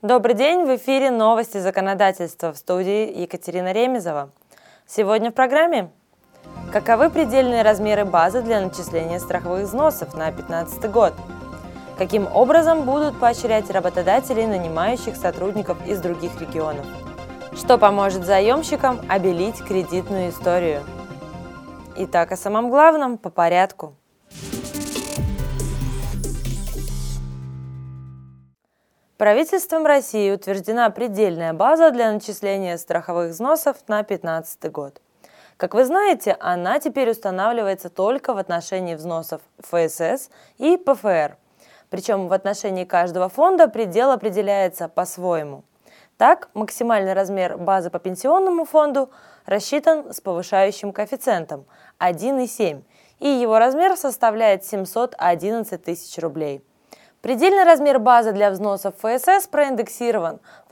Добрый день, в эфире новости законодательства, в студии Екатерина Ремезова. Сегодня в программе: каковы предельные размеры базы для начисления страховых взносов на 2015 год? Каким образом будут поощрять работодателей, нанимающих сотрудников из других регионов? Что поможет заемщикам обелить кредитную историю? Итак, о самом главном по порядку. Правительством России утверждена предельная база для начисления страховых взносов на 2015 год. Как вы знаете, она теперь устанавливается только в отношении взносов ФСС и ПФР. Причем в отношении каждого фонда предел определяется по-своему. Так, максимальный размер базы по пенсионному фонду рассчитан с повышающим коэффициентом 1,7, и его размер составляет 711 тысяч рублей. Предельный размер базы для взносов ФСС проиндексирован в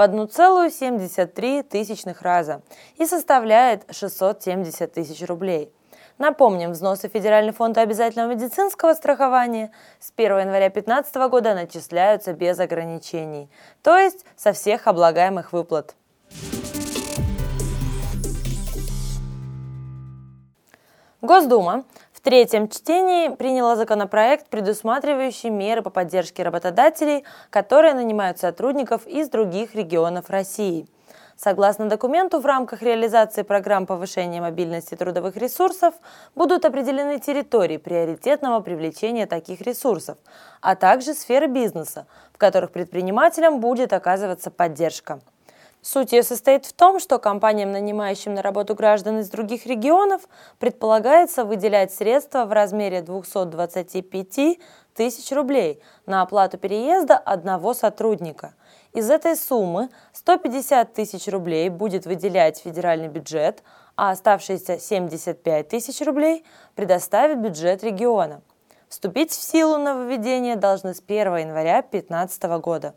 1,73 раза и составляет 670 тысяч рублей. Напомним, взносы в Федеральный фонд обязательного медицинского страхования с 1 января 2015 года начисляются без ограничений, то есть со всех облагаемых выплат. Госдума в третьем чтении приняла законопроект, предусматривающий меры по поддержке работодателей, которые нанимают сотрудников из других регионов России. Согласно документу, в рамках реализации программ повышения мобильности трудовых ресурсов будут определены территории приоритетного привлечения таких ресурсов, а также сферы бизнеса, в которых предпринимателям будет оказываться поддержка. Суть ее состоит в том, что компаниям, нанимающим на работу граждан из других регионов, предполагается выделять средства в размере 225 тысяч рублей на оплату переезда одного сотрудника. Из этой суммы 150 тысяч рублей будет выделять федеральный бюджет, а оставшиеся 75 тысяч рублей предоставит бюджет региона. Вступить в силу нововведения должны с 1 января 2015 года.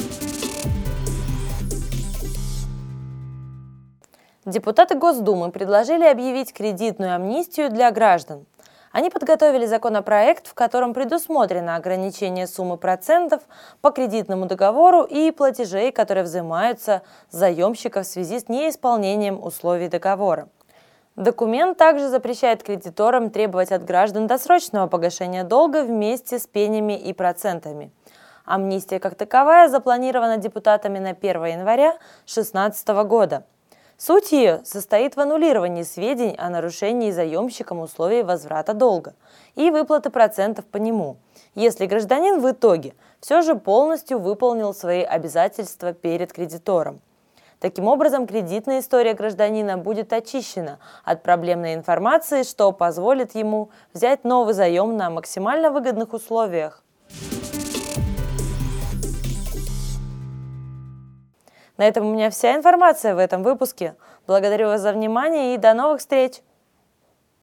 Депутаты Госдумы предложили объявить кредитную амнистию для граждан. Они подготовили законопроект, в котором предусмотрено ограничение суммы процентов по кредитному договору и платежей, которые взимаются с заемщика в связи с неисполнением условий договора. Документ также запрещает кредиторам требовать от граждан досрочного погашения долга вместе с пенями и процентами. Амнистия как таковая запланирована депутатами на 1 января 2016 года. Суть ее состоит в аннулировании сведений о нарушении заемщиком условий возврата долга и выплаты процентов по нему, если гражданин в итоге все же полностью выполнил свои обязательства перед кредитором. Таким образом, кредитная история гражданина будет очищена от проблемной информации, что позволит ему взять новый заем на максимально выгодных условиях. На этом у меня вся информация в этом выпуске. Благодарю вас за внимание и до новых встреч!